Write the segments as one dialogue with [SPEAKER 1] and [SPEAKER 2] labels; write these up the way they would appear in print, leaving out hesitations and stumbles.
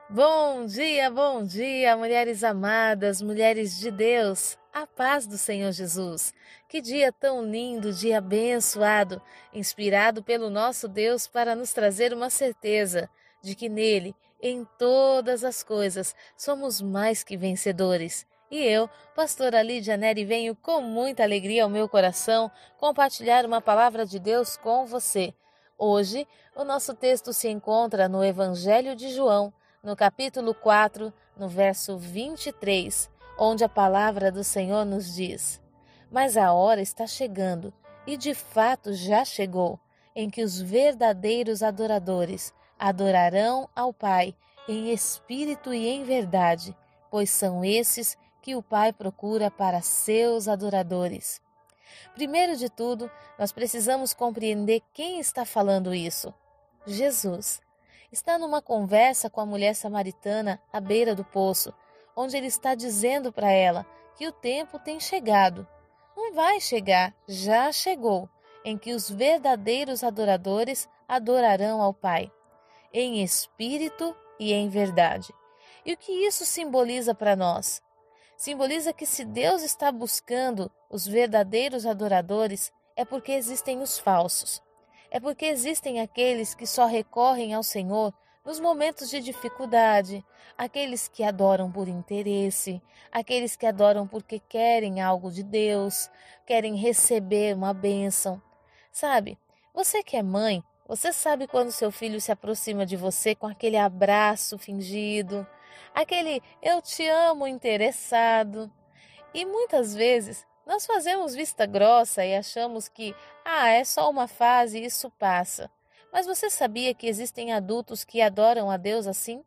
[SPEAKER 1] Bom dia, mulheres amadas, mulheres de Deus, a paz do Senhor Jesus. Que dia tão lindo, dia abençoado, inspirado pelo nosso Deus para nos trazer uma certeza de que nele, em todas as coisas, somos mais que vencedores. E eu, pastora Lídia Neri, venho com muita alegria ao meu coração compartilhar uma palavra de Deus com você. Hoje, o nosso texto se encontra no Evangelho de João, no capítulo 4, no verso 23, onde a palavra do Senhor nos diz: Mas a hora está chegando, e de fato já chegou, em que os verdadeiros adoradores adorarão ao Pai em espírito e em verdade, pois são esses que o Pai procura para seus adoradores. Primeiro de tudo, nós precisamos compreender quem está falando isso. Jesus está numa conversa com a mulher samaritana à beira do poço, onde ele está dizendo para ela que o tempo tem chegado. Não vai chegar, já chegou, em que os verdadeiros adoradores adorarão ao Pai, em espírito e em verdade. E o que isso simboliza para nós? Simboliza que se Deus está buscando os verdadeiros adoradores, é porque existem os falsos. É porque existem aqueles que só recorrem ao Senhor nos momentos de dificuldade, aqueles que adoram por interesse, aqueles que adoram porque querem algo de Deus, querem receber uma bênção. Sabe, você que é mãe, você sabe quando seu filho se aproxima de você com aquele abraço fingido, aquele eu te amo interessado. E muitas vezes nós fazemos vista grossa e achamos que, é só uma fase e isso passa. Mas você sabia que existem adultos que adoram a Deus assim?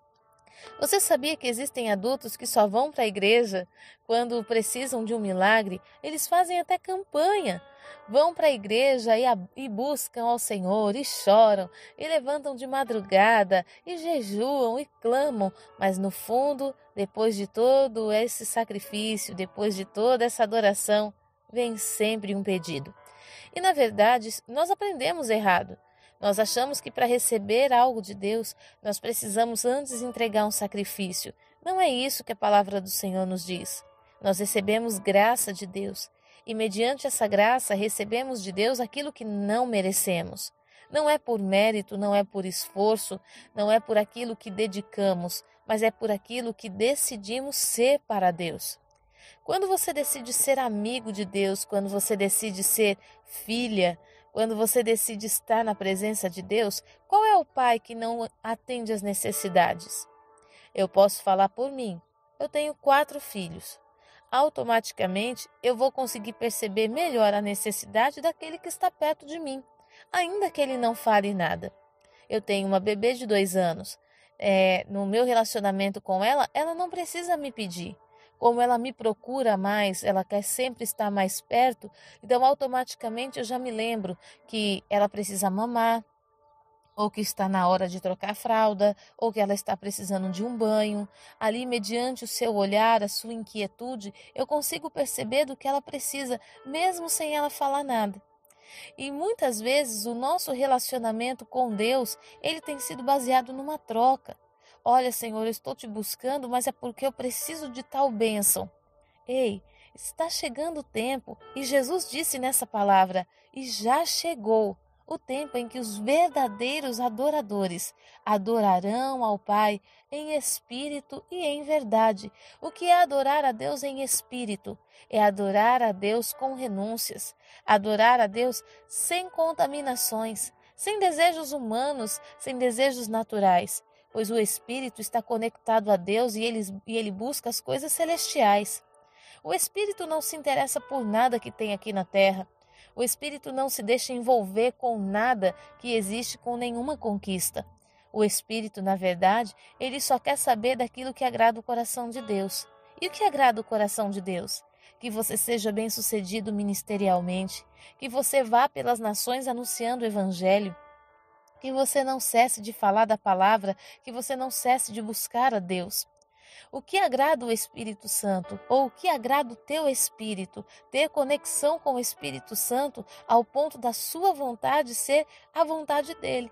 [SPEAKER 1] Você sabia que existem adultos que só vão para a igreja quando precisam de um milagre? Eles fazem até campanha. Vão para a igreja e buscam ao Senhor, e choram, e levantam de madrugada, e jejuam, e clamam. Mas no fundo, depois de todo esse sacrifício, depois de toda essa adoração, vem sempre um pedido. E na verdade, nós aprendemos errado. Nós achamos que para receber algo de Deus, nós precisamos antes entregar um sacrifício. Não é isso que a palavra do Senhor nos diz. Nós recebemos graça de Deus e, mediante essa graça, recebemos de Deus aquilo que não merecemos. Não é por mérito, não é por esforço, não é por aquilo que dedicamos, mas é por aquilo que decidimos ser para Deus. Quando você decide ser amigo de Deus, quando você decide ser filha, quando você decide estar na presença de Deus, qual é o pai que não atende às necessidades? Eu posso falar por mim. Eu tenho 4 filhos. Automaticamente, eu vou conseguir perceber melhor a necessidade daquele que está perto de mim, ainda que ele não fale nada. Eu tenho uma bebê de 2 anos. No meu relacionamento com ela, ela não precisa me pedir. Como ela me procura mais, ela quer sempre estar mais perto, então automaticamente eu já me lembro que ela precisa mamar, ou que está na hora de trocar a fralda, ou que ela está precisando de um banho. Ali, mediante o seu olhar, a sua inquietude, eu consigo perceber do que ela precisa, mesmo sem ela falar nada. E muitas vezes o nosso relacionamento com Deus, ele tem sido baseado numa troca. Olha, Senhor, eu estou te buscando, mas é porque eu preciso de tal bênção. Ei, está chegando o tempo, e Jesus disse nessa palavra, e já chegou o tempo em que os verdadeiros adoradores adorarão ao Pai em espírito e em verdade. O que é adorar a Deus em espírito? É adorar a Deus com renúncias, adorar a Deus sem contaminações, sem desejos humanos, sem desejos naturais, pois o espírito está conectado a Deus e ele busca as coisas celestiais. O espírito não se interessa por nada que tem aqui na terra. O espírito não se deixa envolver com nada que existe, com nenhuma conquista. O espírito, na verdade, ele só quer saber daquilo que agrada o coração de Deus. E o que agrada o coração de Deus? Que você seja bem-sucedido ministerialmente, que você vá pelas nações anunciando o evangelho, que você não cesse de falar da palavra, que você não cesse de buscar a Deus. O que agrada o Espírito Santo, ou o que agrada o teu espírito, ter conexão com o Espírito Santo ao ponto da sua vontade ser a vontade dele.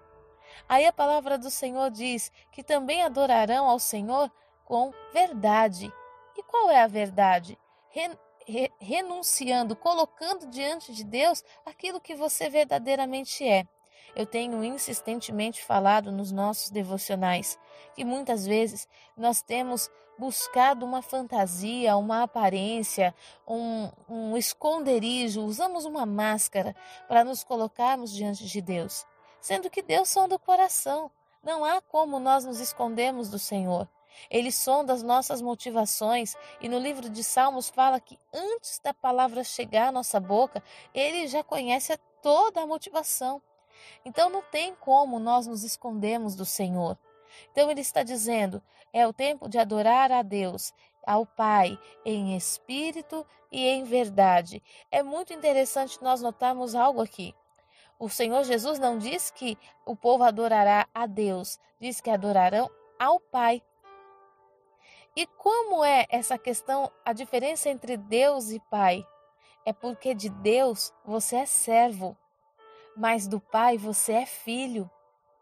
[SPEAKER 1] Aí a palavra do Senhor diz que também adorarão ao Senhor com verdade. E qual é a verdade? Renunciando, colocando diante de Deus aquilo que você verdadeiramente é. Eu tenho insistentemente falado nos nossos devocionais que muitas vezes nós temos buscado uma fantasia, uma aparência, um esconderijo, usamos uma máscara para nos colocarmos diante de Deus, sendo que Deus sonda o coração. Não há como nós nos escondermos do Senhor. Ele sonda as nossas motivações e no livro de Salmos fala que antes da palavra chegar à nossa boca, Ele já conhece toda a motivação. Então não tem como nós nos escondermos do Senhor. Então Ele está dizendo, é o tempo de adorar a Deus, ao Pai, em espírito e em verdade. É muito interessante nós notarmos algo aqui. O Senhor Jesus não diz que o povo adorará a Deus, diz que adorarão ao Pai. E como é essa questão, a diferença entre Deus e Pai? É porque de Deus você é servo, mas do Pai você é filho.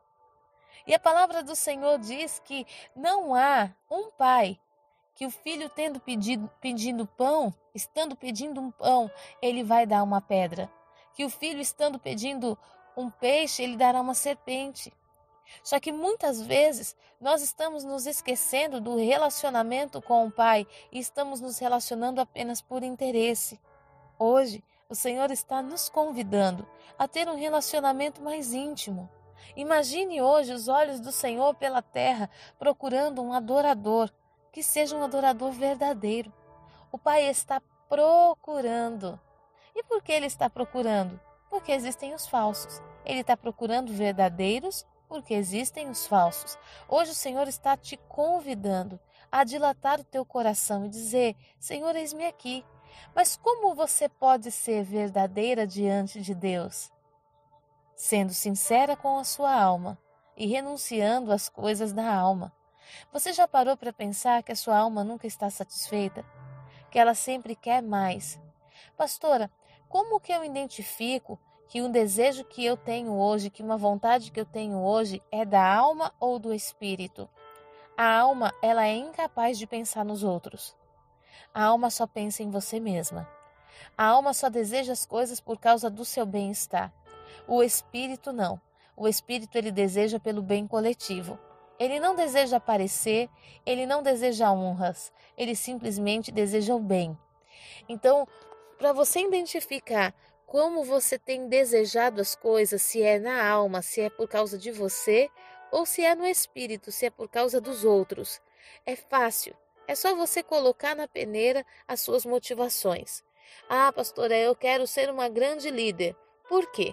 [SPEAKER 1] E a palavra do Senhor diz que não há um pai que o filho pedindo pão, estando pedindo um pão, ele vai dar uma pedra. Que o filho estando pedindo um peixe, ele dará uma serpente. Só que muitas vezes nós estamos nos esquecendo do relacionamento com o Pai e estamos nos relacionando apenas por interesse. Hoje, o Senhor está nos convidando a ter um relacionamento mais íntimo. Imagine hoje os olhos do Senhor pela terra procurando um adorador, que seja um adorador verdadeiro. O Pai está procurando. E por que Ele está procurando? Porque existem os falsos. Ele está procurando verdadeiros porque existem os falsos. Hoje o Senhor está te convidando a dilatar o teu coração e dizer, Senhor, eis-me aqui. Mas como você pode ser verdadeira diante de Deus? Sendo sincera com a sua alma e renunciando às coisas da alma. Você já parou para pensar que a sua alma nunca está satisfeita? Que ela sempre quer mais? Pastora, como que eu identifico que um desejo que eu tenho hoje, que uma vontade que eu tenho hoje é da alma ou do espírito? A alma, ela é incapaz de pensar nos outros. A alma só pensa em você mesma. A alma só deseja as coisas por causa do seu bem-estar. O espírito não. O espírito ele deseja pelo bem coletivo. Ele não deseja aparecer, ele não deseja honras, ele simplesmente deseja o bem. Então, para você identificar como você tem desejado as coisas, se é na alma, se é por causa de você, ou se é no espírito, se é por causa dos outros. É fácil, é só você colocar na peneira as suas motivações. Ah, pastora, eu quero ser uma grande líder. Por quê?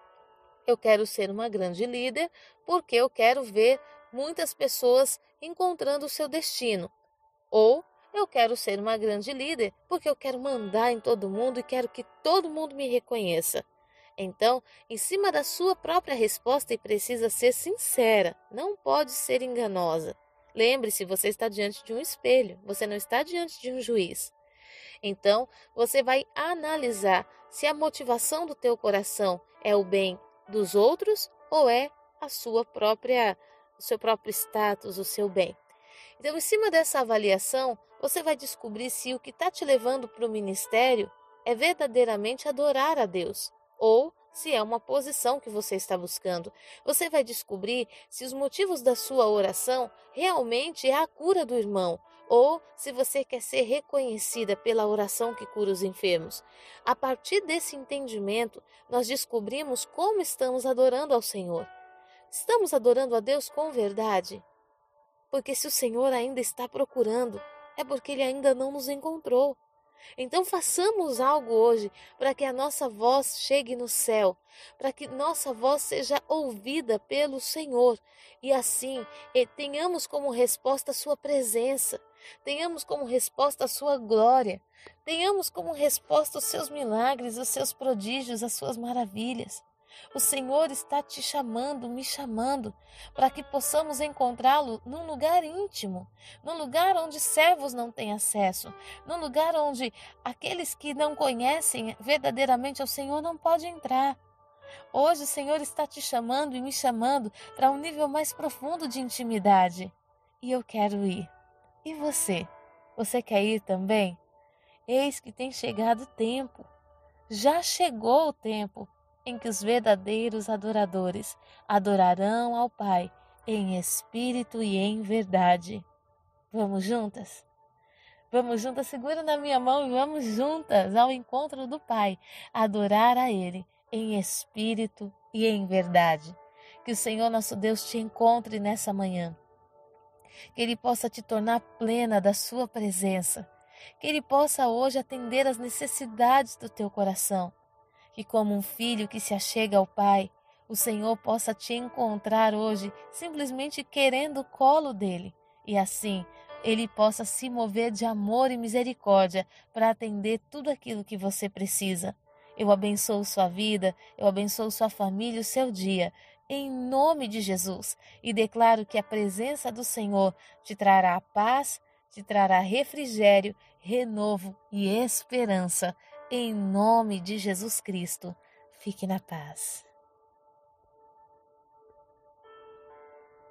[SPEAKER 1] Eu quero ser uma grande líder porque eu quero ver muitas pessoas encontrando o seu destino. Ou eu quero ser uma grande líder porque eu quero mandar em todo mundo e quero que todo mundo me reconheça. Então, em cima da sua própria resposta, e precisa ser sincera, não pode ser enganosa. Lembre-se, você está diante de um espelho, você não está diante de um juiz. Então, você vai analisar se a motivação do teu coração é o bem dos outros ou é a sua própria, o seu próprio status, o seu bem. Então, em cima dessa avaliação, você vai descobrir se o que está te levando para o ministério é verdadeiramente adorar a Deus ou se é uma posição que você está buscando. Você vai descobrir se os motivos da sua oração realmente é a cura do irmão ou se você quer ser reconhecida pela oração que cura os enfermos. A partir desse entendimento, nós descobrimos como estamos adorando ao Senhor. Estamos adorando a Deus com verdade? Porque se o Senhor ainda está procurando, é porque Ele ainda não nos encontrou. Então façamos algo hoje para que a nossa voz chegue no céu, para que nossa voz seja ouvida pelo Senhor e assim tenhamos como resposta a sua presença, tenhamos como resposta a sua glória, tenhamos como resposta os seus milagres, os seus prodígios, as suas maravilhas. O Senhor está te chamando, me chamando, para que possamos encontrá-lo num lugar íntimo, num lugar onde servos não têm acesso, num lugar onde aqueles que não conhecem verdadeiramente ao Senhor não podem entrar. Hoje o Senhor está te chamando e me chamando para um nível mais profundo de intimidade. E eu quero ir. E você? Você quer ir também? Eis que tem chegado o tempo. Já chegou o tempo em que os verdadeiros adoradores adorarão ao Pai em espírito e em verdade. Vamos juntas? Vamos juntas, segura na minha mão e vamos juntas ao encontro do Pai, adorar a Ele em espírito e em verdade. Que o Senhor nosso Deus te encontre nessa manhã. Que Ele possa te tornar plena da sua presença. Que Ele possa hoje atender às necessidades do teu coração. Que como um filho que se achega ao Pai, o Senhor possa te encontrar hoje simplesmente querendo o colo dele. E assim, Ele possa se mover de amor e misericórdia para atender tudo aquilo que você precisa. Eu abençoo sua vida, eu abençoo sua família, o seu dia, em nome de Jesus. E declaro que a presença do Senhor te trará paz, te trará refrigério, renovo e esperança. Em nome de Jesus Cristo, fique na paz.